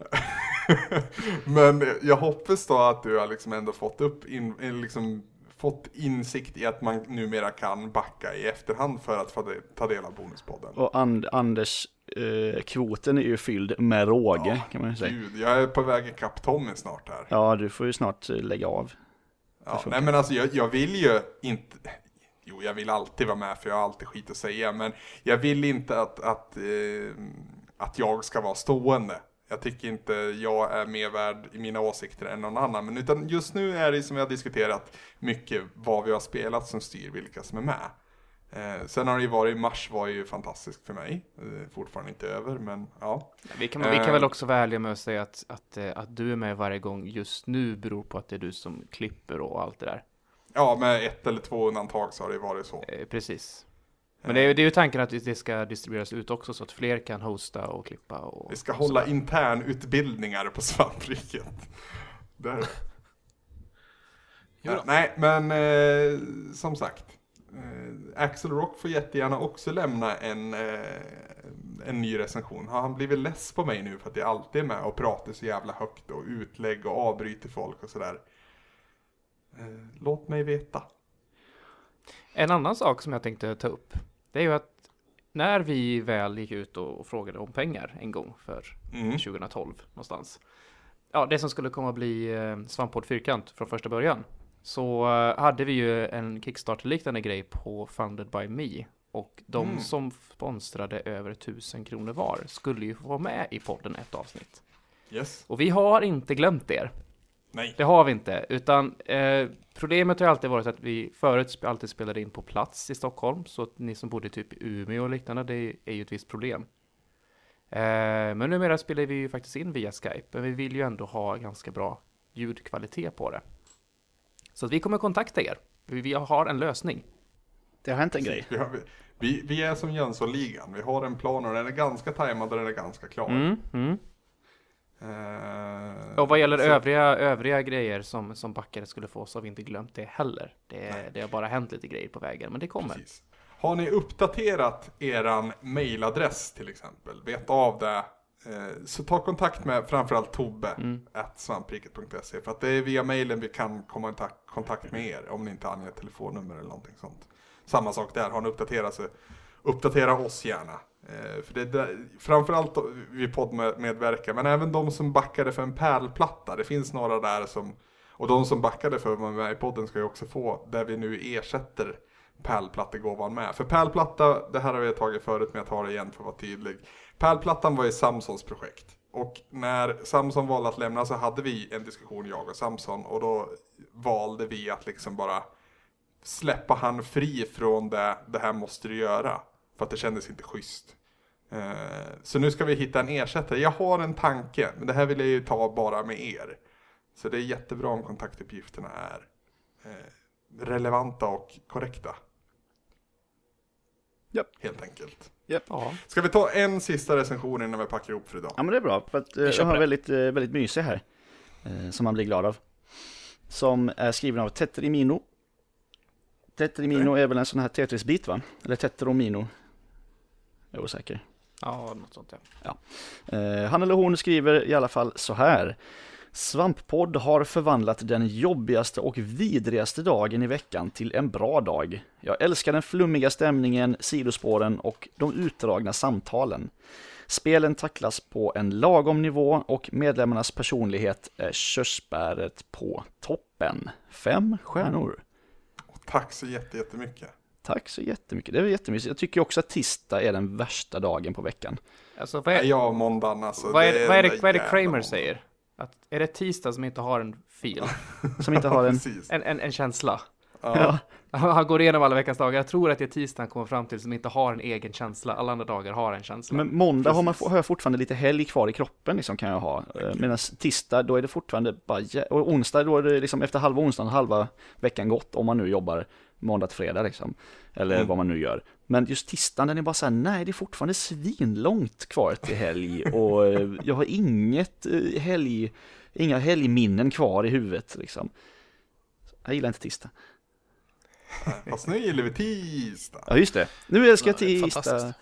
A: Men jag hoppas då att du har liksom ändå fått upp in, liksom fått insikt i att man numera kan backa i efterhand för att få ta del av bonuspodden.
D: Och And, Anders eh, kvoten är ju fylld med råge, ja, kan man ju säga.
A: Gud, jag är på väg i kapp Tommy snart här.
D: Ja, du får ju snart lägga av.
A: Ja, nej men alltså jag, jag vill ju inte. Jo, jag vill alltid vara med för jag har alltid skit att säga, men jag vill inte att att eh, att jag ska vara stående. Jag tycker inte jag är mer värd i mina åsikter än någon annan. Men utan just nu är det som vi har diskuterat mycket vad vi har spelat som styr vilka som är med. Eh, sen har det ju varit, mars var ju fantastiskt för mig. Eh, fortfarande inte över, men ja.
B: Vi kan, vi kan väl också vara ärliga med att säga att, att, att du är med varje gång just nu beror på att det är du som klipper och allt det där.
A: Ja, med ett eller två undantag så har det varit så.
B: Eh, precis. Men det är, det är ju tanken att det ska distribueras ut också så att fler kan hosta och klippa. Och,
A: Vi ska
B: och
A: hålla
B: sådär.
A: internutbildningar på Svampriket. Där.
C: Jo då.
A: Ja, nej, men eh, som sagt. Eh, Axel Rock får jättegärna också lämna en, eh, en ny recension. Har han blivit less på mig nu för att jag alltid är med och pratar så jävla högt och utlägg och avbryter folk och sådär. Eh, låt mig veta.
B: En annan sak som jag tänkte ta upp, det är ju att när vi väl gick ut och, och frågade om pengar en gång för
A: Mm.
B: tjugohundratolv någonstans. Ja, det som skulle komma att bli eh, Svamppodd Fyrkant från första början. Så eh, hade vi ju en Kickstarter-liknande grej på Funded by Me. Och de
A: Mm.
B: som sponsrade över tusen kronor var skulle ju få vara med i podden ett avsnitt.
A: Yes.
B: Och vi har inte glömt er.
A: Nej.
B: Det har vi inte, utan eh, problemet har alltid varit att vi förut sp- alltid spelade in på plats i Stockholm, så att ni som bodde typ i Umeå och liknande, det är ju ett visst problem. Eh, men numera spelar vi ju faktiskt in via Skype, men vi vill ju ändå ha ganska bra ljudkvalitet på det. Så att vi kommer kontakta er, vi, vi har en lösning.
D: Det har hänt en grej.
A: Vi, har, vi, vi är som Jönssonligan. Vi har en plan och den är ganska tajmad och den är ganska klar.
B: Mm, mm.
A: Eh,
B: Och vad gäller
A: så-
B: övriga, övriga grejer som, som backare skulle få, så har vi inte glömt det heller. Det, det har bara hänt lite grejer på vägen, men det kommer.
A: Precis. Har ni uppdaterat eran mailadress till exempel, vet av det, eh, så ta kontakt med framförallt Tobbe
B: Mm.
A: at svampriket punkt se, för att det är via mailen vi kan komma i kontakt, kontakt med er om ni inte anger ett telefonnummer eller någonting sånt. Samma sak där, har ni uppdaterat så uppdatera oss gärna. Eh, för det är där, framförallt vi poddmedverkar, men även de som backade för en pärlplatta. Det finns några där som, och de som backade för att vara med i podden ska ju också få, där vi nu ersätter pärlplattegåvan med. För pärlplatta, det här har vi tagit förut, men jag tar det igen för att vara tydlig. Pärlplattan var ju Samsons projekt. Och när Samson valde att lämna så hade vi en diskussion, jag och Samson, och då valde vi att liksom bara släppa han fri från det, det här måste du göra. För att det kändes inte schysst. Eh, så nu ska vi hitta en ersättare. Jag har en tanke, men det här vill jag ju ta bara med er. Så det är jättebra om kontaktuppgifterna är eh, relevanta och korrekta.
D: Japp.
A: Helt enkelt.
B: Ja.
A: Ska vi ta en sista recension innan vi packar ihop för idag?
D: Ja, men det är bra, för att eh,
C: Vi
D: jag
C: kör på
D: har
C: det.
D: väldigt, eh, väldigt mysig här, eh, som man blir glad av. Som är skriven av Tetrimino. Tetrimino är väl en sån här Tetris-bit, va? Eller Tetromino. Jag är osäker.
B: Ja, något sånt ja.
D: Eh, han eller hon skriver i alla fall så här. Svamppodd har förvandlat den jobbigaste och vidrigaste dagen i veckan till en bra dag. Jag älskar den flummiga stämningen, sidospåren och de utdragna samtalen. Spelen tacklas på en lagom nivå och medlemmarnas personlighet är körsbäret på toppen. Fem stjärnor.
A: Tack så jätte, jättemycket.
D: Tack så jättemycket. Det är jättemysigt. Jag tycker också att tisdag är den värsta dagen på veckan.
B: Alltså, vad är,
A: Nej, jag och måndagen alltså.
B: vad är, vad är,
A: den
B: det,
A: där
B: vad är det
A: jävla
B: Kramer
A: måndagen.
B: säger? Att, är det tisdag som inte har en fil?
D: Som inte har en...
A: Precis.
B: En, en, en känsla?
A: Ja.
D: Ja,
B: Han går igenom alla veckans dagar. Jag tror att det är tisdagen kommer fram till som inte har en egen känsla. Alla andra dagar har en känsla.
D: men måndag har, man,
A: Precis.
D: har jag fortfarande lite helg kvar i kroppen liksom, kan jag ha. Medan tisdag, då är det fortfarande bara... jä- Och onsdag, då är det liksom efter halva onsdagen, halva veckan gått, om man nu jobbar måndag till fredag liksom. Eller
A: Mm.
D: vad man nu gör. Men just tisdagen, den är bara så här, nej, det är fortfarande svinlångt kvar till helg. Och eh, jag har inget eh, helg... Inga helgminnen kvar i huvudet liksom. Jag gillar inte tisdag.
A: Fast nu gillar vi tisdag.
D: Ja, just det. Nu älskar jag
C: Ja, det är
D: tisdag.
C: fantastiskt.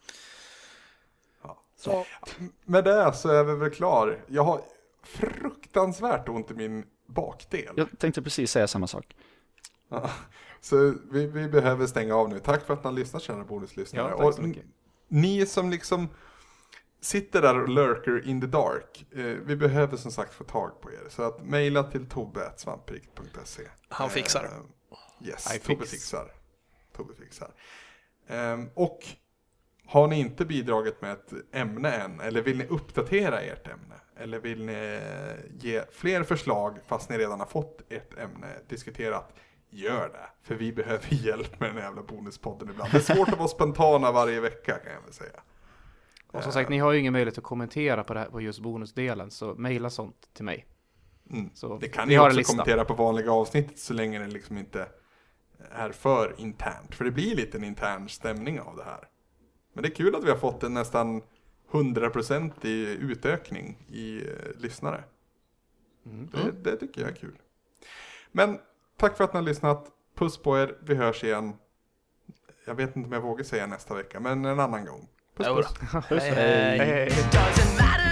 A: Så. Med det så är vi väl klar. Jag har fruktansvärt ont i min bakdel.
D: Jag tänkte precis säga samma sak.
A: Ja. Så vi, vi behöver stänga av nu. Tack för att ni har lyssnat, kära bonuslyssnare.
B: Ja, tack så
A: Och
B: mycket.
A: ni som liksom sitter där och lurker in the dark. Eh, vi behöver som sagt få tag på er. Så att mejla till tobbe at svampriket punkt se.
C: Han fixar.
A: Eh, yes,
B: I
A: Tobbe
B: fix.
A: fixar. Tobbe fixar. Ehm, och har ni inte bidragit med ett ämne än, eller vill ni uppdatera ert ämne, eller vill ni ge fler förslag fast ni redan har fått ett ämne diskuterat, gör det. För vi behöver hjälp med den jävla bonuspodden ibland. Det är svårt att vara spontana varje vecka, kan jag väl säga.
B: Och som sagt, ni har ju ingen möjlighet att kommentera på, det här, på just bonusdelen. Så mejla sånt till mig.
A: Mm.
B: Så
A: Det kan
B: vi
A: ni
B: har en
A: också
B: lista.
A: kommentera på vanliga avsnittet så länge det liksom inte är för internt. För det blir lite en intern stämning av det här. Men det är kul att vi har fått en nästan hundra procent i utökning i eh, lyssnare.
B: Mm.
A: Det, det tycker jag är kul. Men tack för att ni har lyssnat. Puss på er. Vi hörs igen. Jag vet inte om jag vågar säga nästa vecka, men en annan gång. Puss, puss.
D: Puss,
C: Hej, hej.
B: Hej, hej.
E: It doesn't matter.